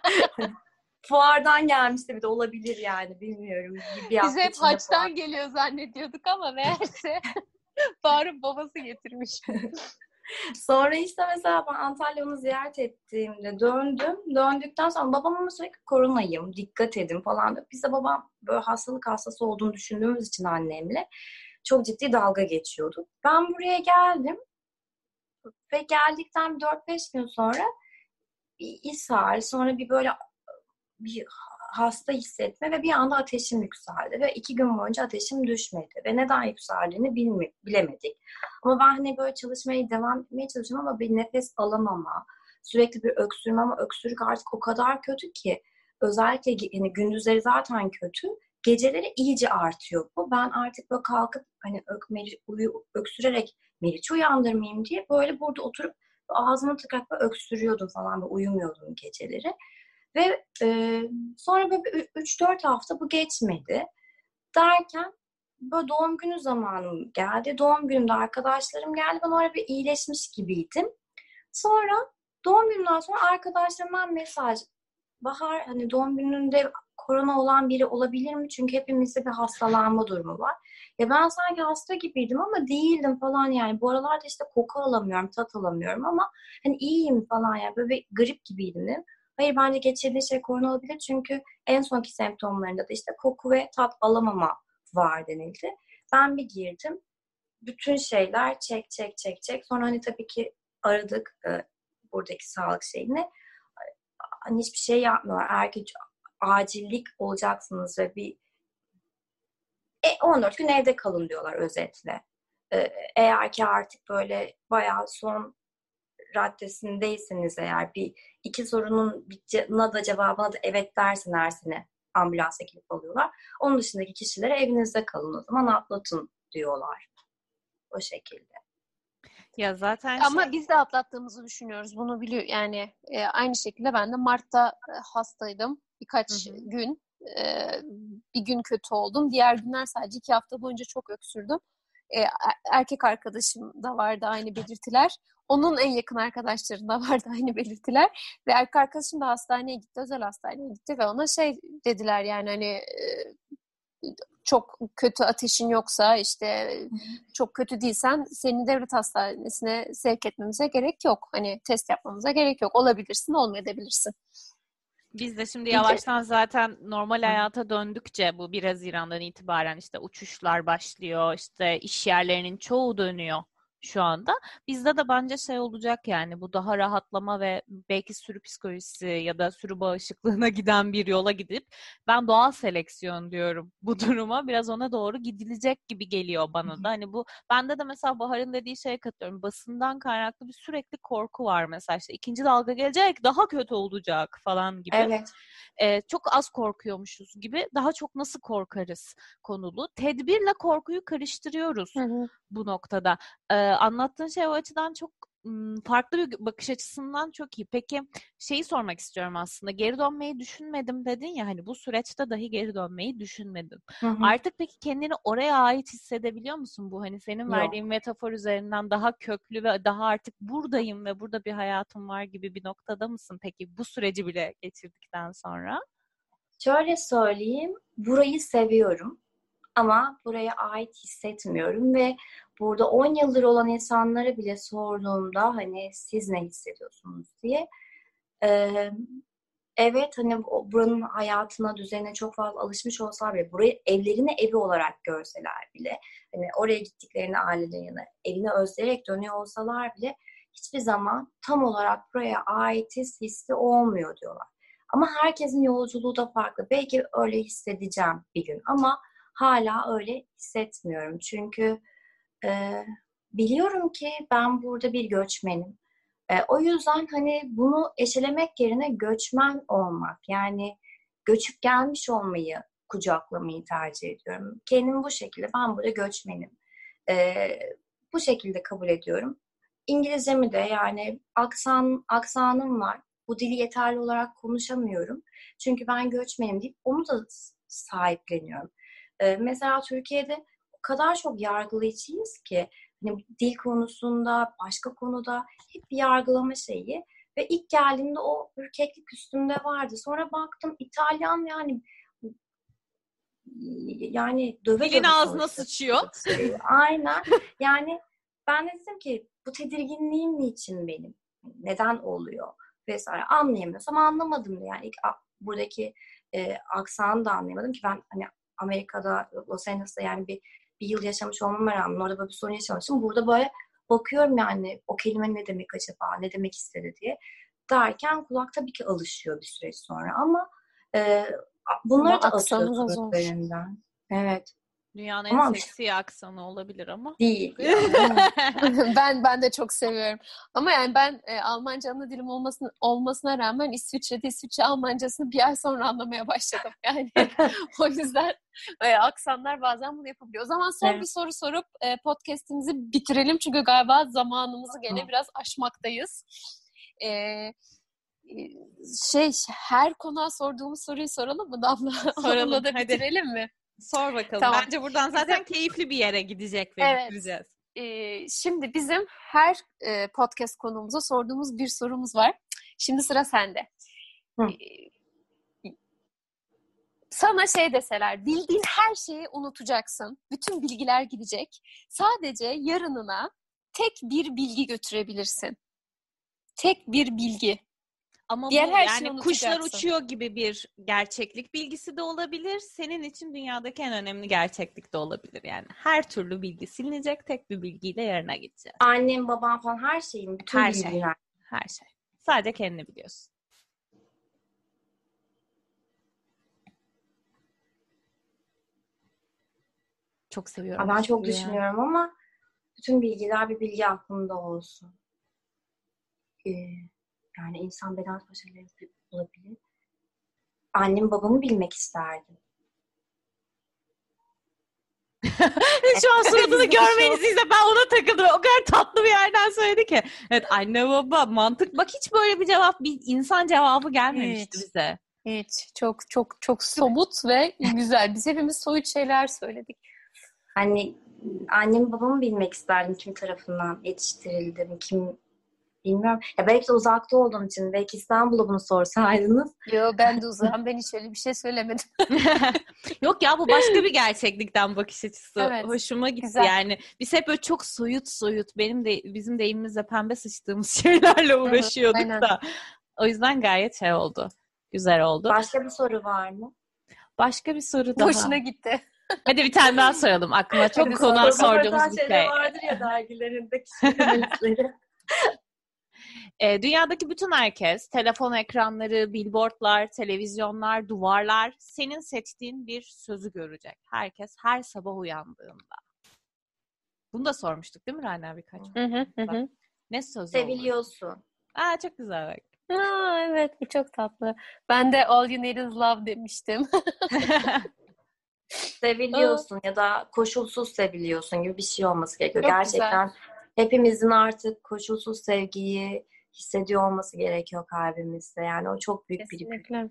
Fuardan gelmişti bir de, olabilir yani, bilmiyorum. Biz hep haçtan geliyor zannediyorduk ama meğerse Faruk babası getirmiş. Sonra işte mesela ben Antalya'nı ziyaret ettiğimde döndüm. Döndükten sonra babam ama sürekli koronayım, dikkat edin falan diyor. Biz de babam böyle hastalık hastası olduğunu düşündüğümüz için annemle çok ciddi dalga geçiyorduk. Ben buraya geldim ve geldikten 4-5 gün sonra bir ishal, sonra bir böyle bir hasta hissetme ve bir anda ateşim yükseldi ve 2 gün boyunca ateşim düşmedi ve neden yükseldiğini bilemedik. Ama ben hani böyle çalışmaya devam etmeye çalışıyorum ama bir nefes alamama, sürekli bir öksürme ama öksürük artık o kadar kötü ki özellikle yani gündüzleri zaten kötü, geceleri iyice artıyor bu. Ben artık böyle kalkıp hani öksürerek Meriç'i uyandırmayayım diye böyle burada oturup ağzıma tıkarak öksürüyordum falan ve uyumuyordum geceleri. Ve sonra böyle 3-4 hafta bu geçmedi. Derken böyle doğum günü zamanım geldi. Doğum günümde arkadaşlarım geldi. Ben orada bir iyileşmiş gibiydim. Sonra doğum günümden sonra arkadaşlarımdan mesaj Bahar hani doğum gününde korona olan biri olabilir mi? Çünkü hepimizde bir hastalanma durumu var. Ya ben sanki hasta gibiydim ama değildim falan yani. Bu aralarda işte koku alamıyorum, tat alamıyorum ama hani iyiyim falan yani. Böyle bir grip gibiydim dedim. Hayır, bence geçirdiği şey korona olabilir çünkü en sonki semptomlarında da işte koku ve tat alamama var denildi. Ben bir girdim. Bütün şeyler çek. Sonra hani tabii ki aradık buradaki sağlık şeyini. Hani hiçbir şey yapmıyorlar. Eğer ki acillik olacaksınız ve 14 gün evde kalın diyorlar özetle. Eğer ki artık böyle bayağı son raddesindeyseniz eğer iki sorunun da cevabına da evet dersin her sene ambulansa gelip alıyorlar. Onun dışındaki kişilere evinizde kalın o zaman atlatın diyorlar. O şekilde. Ya zaten Ama biz de atlattığımızı düşünüyoruz. Bunu biliyor yani aynı şekilde ben de Mart'ta hastaydım. Birkaç gün bir gün kötü oldum. Diğer günler sadece 2 hafta boyunca çok öksürdüm. Erkek arkadaşım da vardı aynı belirtiler. Onun en yakın arkadaşlarında vardı aynı belirtiler. Ve erkek arkadaşım da hastaneye gitti, özel hastaneye gitti ve ona şey dediler yani hani çok kötü ateşin yoksa işte çok kötü değilsen seni devlet hastanesine sevk etmemize gerek yok. Hani test yapmamıza gerek yok. Olabilirsin, olmayabilirsin. biz de şimdi yavaştan zaten normal hayata döndükçe bu 1 Haziran'dan itibaren işte uçuşlar başlıyor, işte iş yerlerinin çoğu dönüyor şu anda. Bizde de bence şey olacak yani bu daha rahatlama ve belki sürü psikolojisi ya da sürü bağışıklığına giden bir yola gidip ben doğal seleksiyon diyorum bu duruma. Biraz ona doğru gidilecek gibi geliyor bana da. Hani bu bende de mesela Bahar'ın dediği şeye katılıyorum. Basından kaynaklı bir sürekli korku var mesela işte ikinci dalga gelecek daha kötü olacak falan gibi. Evet. Çok az korkuyormuşuz gibi daha çok nasıl korkarız konulu. Tedbirle korkuyu karıştırıyoruz bu noktada. Anlattığın şey o açıdan çok farklı bir bakış açısından çok iyi. Peki şeyi sormak istiyorum aslında. Geri dönmeyi düşünmedim dedin ya hani bu süreçte dahi geri dönmeyi düşünmedin. Artık peki kendini oraya ait hissedebiliyor musun bu hani senin verdiğin metafor üzerinden daha köklü ve daha artık buradayım ve burada bir hayatım var gibi bir noktada mısın peki bu süreci bile geçirdikten sonra? Şöyle söyleyeyim, burayı seviyorum ama buraya ait hissetmiyorum ve burada 10 yıldır olan insanlara bile sorduğumda hani siz ne hissediyorsunuz diye evet hani buranın hayatına, düzenine çok fazla alışmış olsalar bile burayı evlerini evi olarak görseler bile hani oraya gittiklerini ailelerine evini özleyerek dönüyor olsalar bile hiçbir zaman tam olarak buraya aitiz hissi olmuyor diyorlar. Ama herkesin yolculuğu da farklı. Belki öyle hissedeceğim bir gün ama hala öyle hissetmiyorum. Çünkü biliyorum ki ben burada bir göçmenim. O yüzden hani bunu eşelemek yerine göçmen olmak, yani göçüp gelmiş olmayı kucaklamayı tercih ediyorum. Kendimi bu şekilde, ben burada göçmenim. Bu şekilde kabul ediyorum. İngilizcemi de yani aksanım var. Bu dili yeterli olarak konuşamıyorum. Çünkü ben göçmenim deyip onu da sahipleniyorum. Mesela Türkiye'de o kadar çok yargılayıcıyız ki hani dil konusunda, başka konuda hep bir yargılama şeyi ve ilk geldiğimde o ürkeklik üstümde vardı. Sonra baktım İtalyan yani döve Dilin döve ağzına konuşuyor. sıçıyor. Aynen. Yani ben de dedim ki bu tedirginliğim niçin benim? Neden oluyor? Vesaire. Anlayamıyorsam anlamadım yani. Buradaki aksanı da anlayamadım ki ben hani Amerika'da, Los Angeles'ta yani bir yıl yaşamış olmama rağmen orada böyle bir sorun yaşamışım. Burada böyle bakıyorum yani o kelime ne demek acaba, ne demek istedi diye. Derken kulak tabii ki alışıyor bir süre sonra ama bunları da atıyorsun üzerinden. Evet. Dünyanın en Tamam. seksi aksanı olabilir ama. Değil ya. Ben de çok seviyorum. Ama yani ben Almanca ana dilim olmasına rağmen İsviçre'de İsviçre Almancasını bir ay sonra anlamaya başladım. Yani o yüzden aksanlar bazen bunu yapabiliyor. O zaman son bir soru sorup podcast'imizi bitirelim. Çünkü galiba zamanımızı gene biraz aşmaktayız. Her konuğa sorduğumuz soruyu soralım mı Damla? Soralım. Onunla da bitirelim mi? Sor bakalım. Tamam. Bence buradan zaten keyifli bir yere gidecek ve bitireceğiz. Şimdi bizim her podcast konuğumuza sorduğumuz bir sorumuz var. Şimdi sıra sende. Sana şey deseler, bildiğin her şeyi unutacaksın. Bütün bilgiler gidecek. Sadece yarınına tek bir bilgi götürebilirsin. Tek bir bilgi. Ama Diğer bu her şeyi yani kuşlar unutacaksın. uçuyor gibi bir gerçeklik bilgisi de olabilir. Senin için dünyadaki en önemli gerçeklik de olabilir. Yani her türlü bilgi silinecek, tek bir bilgiyle yarına gideceğiz. Annem, babam falan her şeyin, bütün Her şey. bilgiler. Her şey. Sadece kendini biliyorsun. Çok seviyorum. Ben bu çok soruyu ya. düşünüyorum ama bütün bilgiler bir bilgi aklımda olsun. Yani insan beden başarıları olabilir. Annem babamı bilmek isterdim. Şu an suratını görmeniziyse ben ona takıldım. O kadar tatlı bir yerden söyledi ki. Evet, anne baba mantık. Bak hiç böyle bir cevap, bir insan cevabı gelmemişti Hiç. bize. Hiç. Çok çok çok somut ve güzel. Biz hepimiz soyut şeyler söyledik. Hani annemi babamı bilmek isterdim. Kim tarafından yetiştirildim, kim bilmiyorum. Ya belki de uzakta olduğum için, belki İstanbul'da bunu sorsaydınız. Yo, ben de uzağım. Ben hiç öyle bir şey söylemedim. Yok ya, bu başka bir gerçeklikten bakış açısı. Evet, Hoşuma gitti güzel. yani. Biz hep böyle çok soyut bizim deyimimizle pembe sıçtığımız şeylerle uğraşıyorduk aynen. da. O yüzden gayet şey oldu. Güzel oldu. Başka bir soru var mı? Başka bir soru daha. Hoşuna gitti. Hadi bir tane daha soralım. Aklıma çok Hadi konu soralım. sorduğumuz bir şey. Vardır ya dergilerinde kişilikleri. Dünyadaki bütün herkes, telefon ekranları, billboardlar, televizyonlar, duvarlar senin seçtiğin bir sözü görecek. Herkes her sabah uyandığında. Bunu da sormuştuk değil mi Rana birkaç? Hı. Ne sözü olur? Seviliyorsun. Aa, çok güzel bak. Evet, bu çok tatlı. Ben de all you need is love demiştim. Seviliyorsun ya da koşulsuz seviliyorsun gibi bir şey olması gerekiyor. Çok Gerçekten hepimizin artık koşulsuz sevgiyi hissediyor olması gerekiyor kalbimizde. Yani o çok büyük bir yük. Kesinlikle.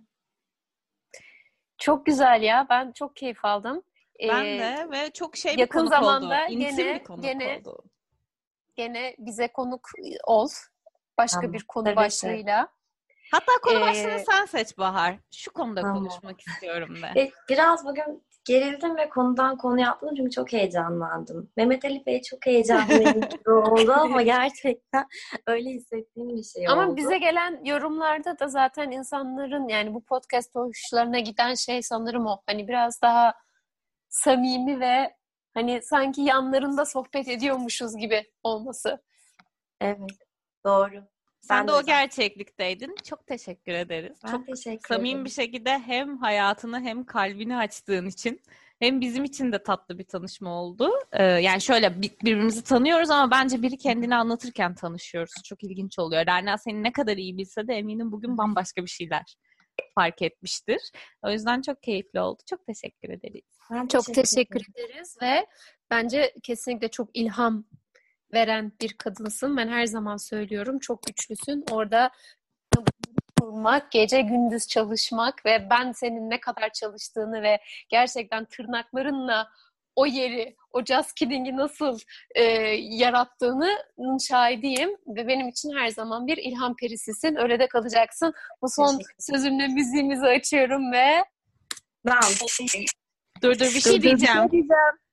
Çok güzel ya. Ben çok keyif aldım. Ben de ve çok şey bir yakın konuk zamanda oldu. İntim bir konuk oldu. Gene bize konuk ol. Başka Tamam. bir konu Tabii, başlığıyla. Hatta konu başlığını sen seç Bahar. Şu konuda Tamam. konuşmak istiyorum de. Biraz bugün gerildim ve konudan konuya atladım çünkü çok heyecanlandım. Mehmet Ali Bey çok heyecanlıyım gibi oldu ama gerçekten öyle hissettiğim bir şey oldu. Ama bize gelen yorumlarda da zaten insanların, yani bu podcast hoşlarına giden şey sanırım o. Hani biraz daha samimi ve hani sanki yanlarında sohbet ediyormuşuz gibi olması. Evet, doğru. Sen de Ben o gerçeklikteydin. Çok teşekkür ederiz. Ben Çok teşekkür samimi ederim. bir şekilde hem hayatını hem kalbini açtığın için, hem bizim için de tatlı bir tanışma oldu. Yani şöyle birbirimizi tanıyoruz ama bence biri kendini anlatırken tanışıyoruz. Çok ilginç oluyor. Rana seni ne kadar iyi bilse de eminim bugün bambaşka bir şeyler fark etmiştir. O yüzden çok keyifli oldu. Çok teşekkür ederiz. Ben Çok teşekkür ederiz ve bence kesinlikle çok ilham veren bir kadınsın. Ben her zaman söylüyorum, çok güçlüsün. Orada kurmak, gece gündüz çalışmak ve ben senin ne kadar çalıştığını ve gerçekten tırnaklarınla o yeri, o just kidding'i nasıl yarattığının şahidiyim ve benim için her zaman bir ilham perisisin. Öyle de kalacaksın. Bu son sözümle müziğimizi açıyorum ve Dur bir şey diyeceğim.